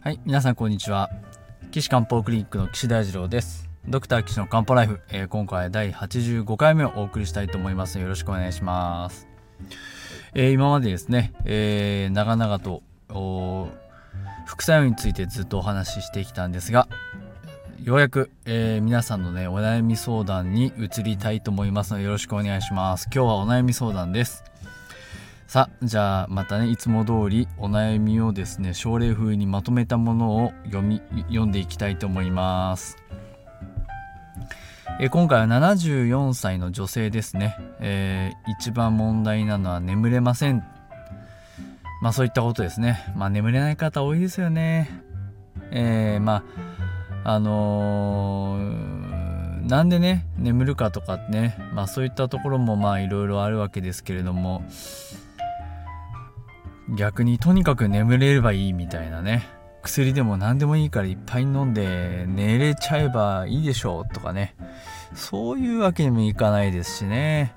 はい、皆さんこんにちは。岸漢方クリニックの岸大二郎です。ドクター岸の漢方ライフ、今回は第85回目をお送りしたいと思います。よろしくお願いします。今までですね、長々と副作用についてずっとお話ししてきたんですが、ようやく、皆さんのねお悩み相談に移りたいと思いますのでよろしくお願いします。今日はお悩み相談です。さあ、じゃあまたね、いつも通りお悩みをですね症例風にまとめたものを読んでいきたいと思います。今回は74歳の女性ですね。一番問題なのは眠れません。そういったことですね。眠れない方多いですよね。なんでね眠るかとかね、そういったところもいろいろあるわけですけれども、逆にとにかく眠れればいいみたいなね、薬でも何でもいいからいっぱい飲んで寝れちゃえばいいでしょうとかね、そういうわけにもいかないですしね。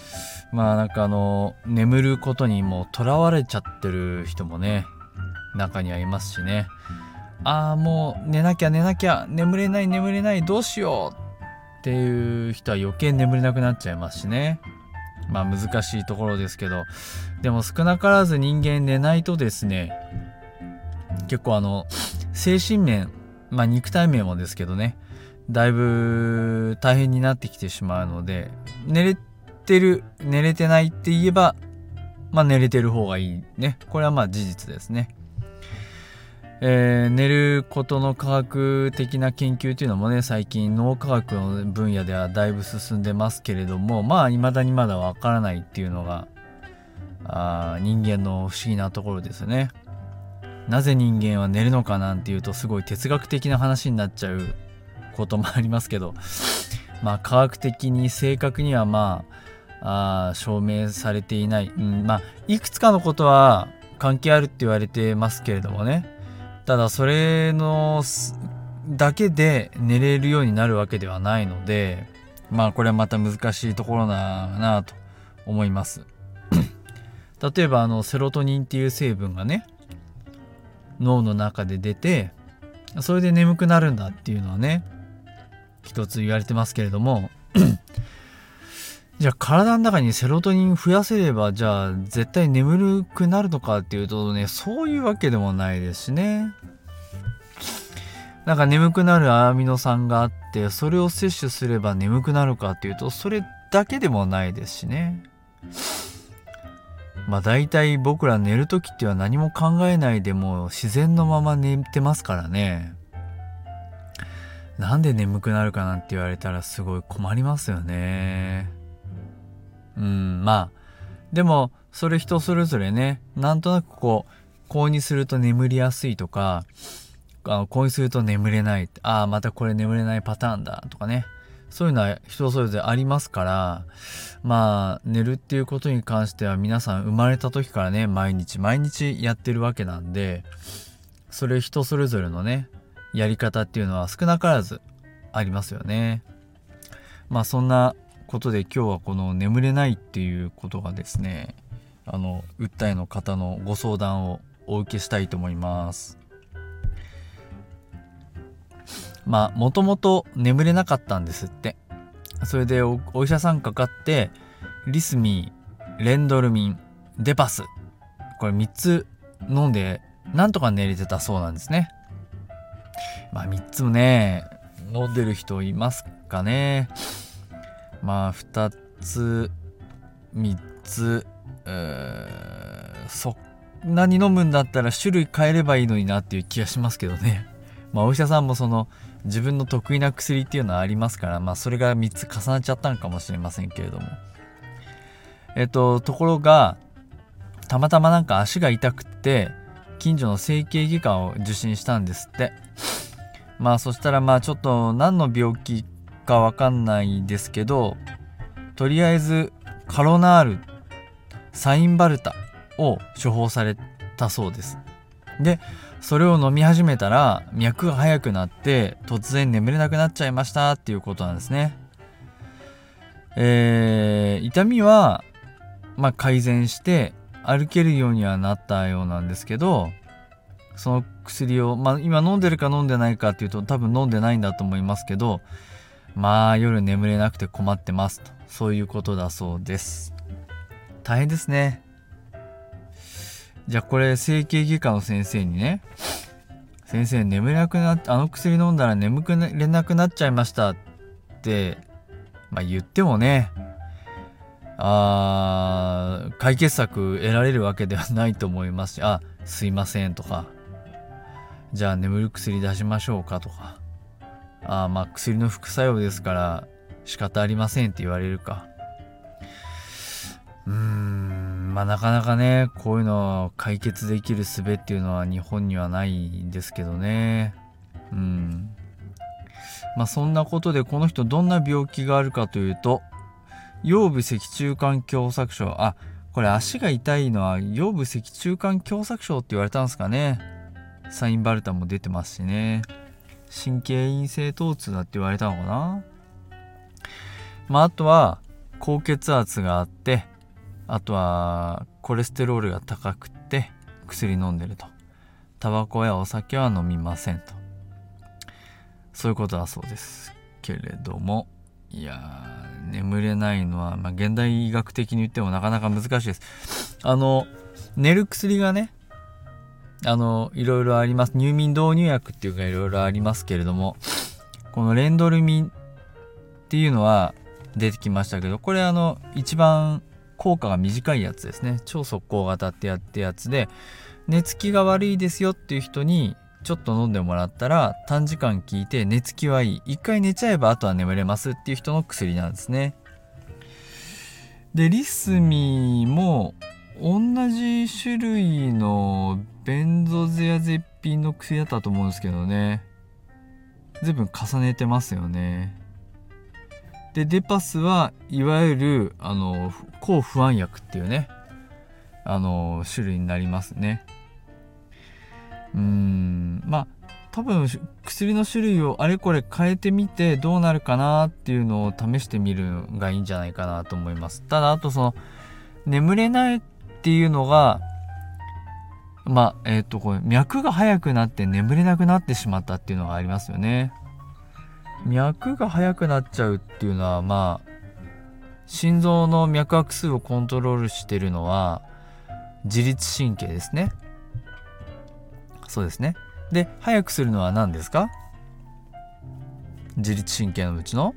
眠ることにもうとらわれちゃってる人もね中にはいますしね。もう寝なきゃ眠れないどうしようっていう人は余計眠れなくなっちゃいますしね。難しいところですけど、でも少なからず人間寝ないとですね、結構精神面、肉体面もですけどね、だいぶ大変になってきてしまうので、寝れてないって言えば寝れてる方がいいね。これは事実ですね。寝ることの科学的な研究というのもね、最近脳科学の分野ではだいぶ進んでますけれども、未だにまだわからないっていうのが人間の不思議なところですね。なぜ人間は寝るのかなんていうとすごい哲学的な話になっちゃうこともありますけど、科学的に正確には証明されていない、いくつかのことは関係あるって言われてますけれどもね、ただそれのだけで寝れるようになるわけではないので、これはまた難しいところだなと思います。例えばセロトニンっていう成分がね脳の中で出て、それで眠くなるんだっていうのはね一つ言われてますけれどもじゃあ体の中にセロトニン増やせればじゃあ絶対眠るくなるのかっていうとね、そういうわけでもないですしね。眠くなるアミノ酸があってそれを摂取すれば眠くなるかっていうとそれだけでもないですしね。だいたい僕ら寝るときっては何も考えないでもう自然のまま寝てますからね。なんで眠くなるかなんて言われたらすごい困りますよね。でもそれ人それぞれね、なんとなくこうにすると眠りやすいとか、こうにすると眠れない、またこれ眠れないパターンだとかね、そういうのは人それぞれありますから、寝るっていうことに関しては皆さん生まれた時からね毎日やってるわけなんで、それ人それぞれのねやり方っていうのは少なからずありますよね。そんなことで今日はこの眠れないっていうことがですね、訴えの方のご相談をお受けしたいと思います。もともと眠れなかったんですって。それで お医者さんかかってリスミー、レンドルミン、デパス、これ3つ飲んでなんとか寝れてたそうなんですね。3つもね飲んでる人いますかね。2つ3つそんなに飲むんだったら種類変えればいいのになっていう気がしますけどね。お医者さんもその自分の得意な薬っていうのはありますから、それが3つ重なっちゃったのかもしれませんけれども、ところがたまたま足が痛くって近所の整形外科を受診したんですって。そしたらちょっと何の病気かわかんないですけど、とりあえずカロナール、サインバルタを処方されたそうです。でそれを飲み始めたら脈が速くなって突然眠れなくなっちゃいましたっていうことなんですね。痛みは改善して歩けるようにはなったようなんですけど、 その薬を今飲んでるか飲んでないかっていうと多分飲んでないんだと思いますけど、夜眠れなくて困ってますと、そういうことだそうです。大変ですね。じゃあこれ整形外科の先生にね、先生眠れなくなって、薬飲んだら眠れなくなっちゃいましたって言ってもね、解決策得られるわけではないと思いますし、すいませんとか、じゃあ眠る薬出しましょうかとか、薬の副作用ですから仕方ありませんって言われるか。なかなかね、こういうのを解決できる術っていうのは日本にはないんですけどね。そんなことで、この人どんな病気があるかというと、腰部脊柱管狭窄症。これ足が痛いのは腰部脊柱管狭窄症って言われたんですかね。サインバルタンも出てますしね。神経陰性疼痛だって言われたのかな。あとは高血圧があって、あとはコレステロールが高くて薬飲んでると。タバコやお酒は飲みませんと。そういうことだそうですけれども、眠れないのは、現代医学的に言ってもなかなか難しいです。寝る薬がね、いろいろあります。入眠導入薬っていうかいろいろありますけれども、このレンドルミンっていうのは出てきましたけど、これ一番効果が短いやつですね。超速効型ってやつで、寝つきが悪いですよっていう人にちょっと飲んでもらったら短時間効いて寝つきはいい。一回寝ちゃえばあとは眠れますっていう人の薬なんですね。で、リスミも同じ種類のベンゾゼアゼピンの薬だったと思うんですけどね。随分重ねてますよね。で、デパスはいわゆる抗不安薬っていうね、種類になりますね。多分薬の種類をあれこれ変えてみてどうなるかなっていうのを試してみるのがいいんじゃないかなと思います。ただ、あと眠れないっていうのがこれ脈が速くなって眠れなくなってしまったっていうのがありますよね。脈が速くなっちゃうっていうのは心臓の脈拍数をコントロールしてるのは自律神経ですね。そうですね。で、速くするのは何ですか？自律神経のうちの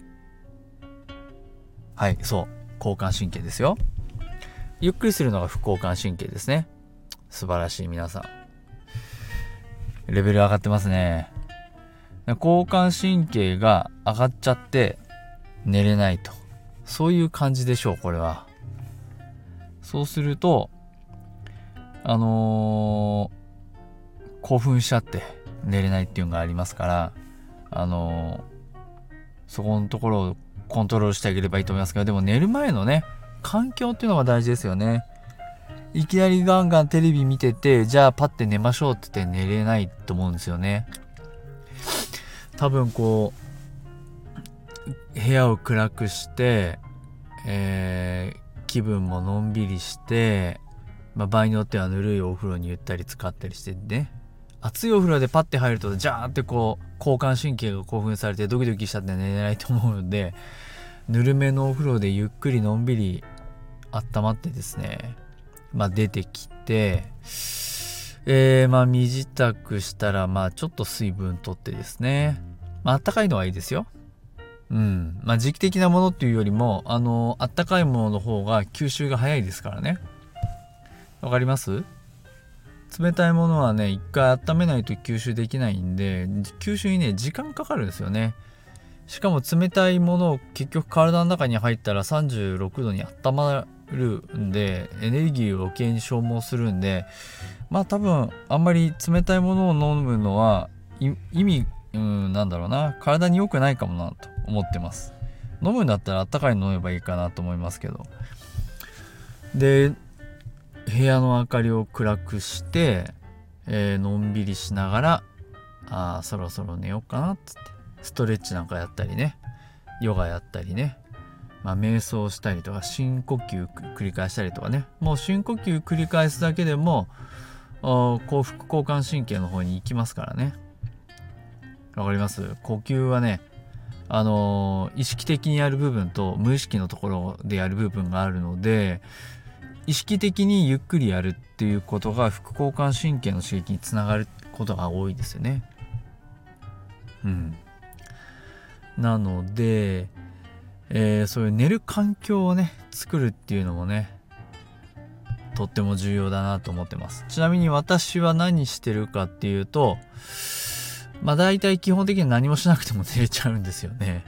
交感神経ですよ。ゆっくりするのが副交感神経ですね。素晴らしい。皆さんレベル上がってますね。交感神経が上がっちゃって寝れないと、そういう感じでしょう。これはそうすると興奮しちゃって寝れないっていうのがありますから、そこのところをコントロールしてあげればいいと思いますけど、でも寝る前のね、環境っていうのが大事ですよね。いきなりガンガンテレビ見てて、じゃあパッて寝ましょうって言って寝れないと思うんですよね。多分部屋を暗くして、気分ものんびりして、場合によってはぬるいお風呂にゆったり浸かったりしてね、熱いお風呂でパッて入るとジャーって交感神経が興奮されてドキドキしちゃって寝れないと思うので、ぬるめのお風呂でゆっくりのんびり温まってですね、出てきて、身支度したらちょっと水分取ってですね、あったかいのはいいですよ。時期的なものっていうよりもあったかいものの方が吸収が早いですからね。わかります？冷たいものはね、一回温めないと吸収できないんで、吸収にね時間かかるんですよね。しかも冷たいものを結局体の中に入ったら36度に温まるんで、エネルギーを余計に消耗するんで、多分あんまり冷たいものを飲むのは意味体に良くないかもなと思ってます。飲むんだったら温かいの飲めばいいかなと思いますけど。で、部屋の明かりを暗くして、のんびりしながらそろそろ寝ようかなっつってストレッチなんかやったりね、ヨガやったりね、瞑想したりとか深呼吸繰り返したりとかね。もう深呼吸繰り返すだけでも幸福交感神経の方に行きますからね。わかります？呼吸はね、意識的にやる部分と無意識のところでやる部分があるので、意識的にゆっくりやるっていうことが副交感神経の刺激につながることが多いですよね。なので、そういう寝る環境をね作るっていうのもねとっても重要だなと思ってます。ちなみに私は何してるかっていうと、大体基本的に何もしなくても寝れちゃうんですよね。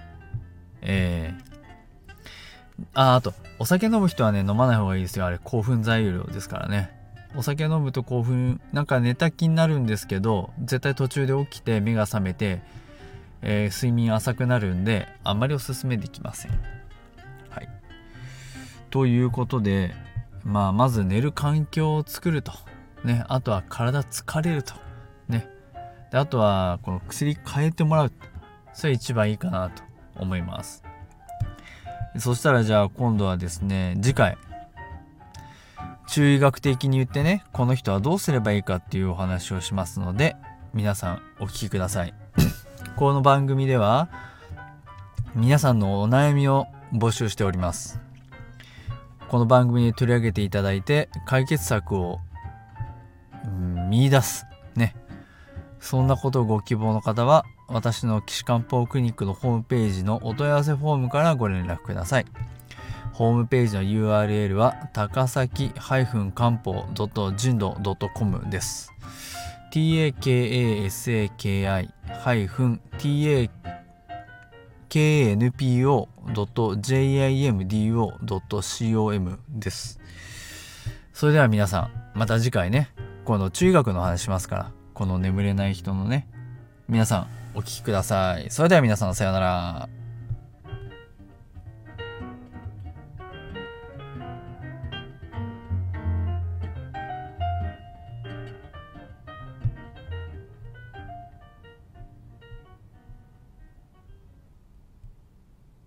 あとお酒飲む人はね飲まない方がいいですよ。あれ興奮材料ですからね。お酒飲むと興奮、なんか寝た気になるんですけど、絶対途中で起きて目が覚めて、睡眠浅くなるんであんまりおすすめできません。はい。ということで、まず寝る環境を作るとね、あとは体疲れるとね、であとはこの薬変えてもらう、それ一番いいかなと思います。そしたらじゃあ今度はですね、次回中医学的に言ってね、この人はどうすればいいかっていうお話をしますので、皆さんお聞きください。この番組では皆さんのお悩みを募集しております。この番組に取り上げていただいて解決策を見出すね、そんなことをご希望の方は私の岸漢方クリニックのホームページのお問い合わせフォームからご連絡ください。ホームページの URL は高崎漢方.jindo.com です。takasaki-kanpo.jimdo.com です。それでは皆さん、また次回ね、この中医学の話しますから、この眠れない人のね、皆さんお聞きください。それでは皆さん、さようなら。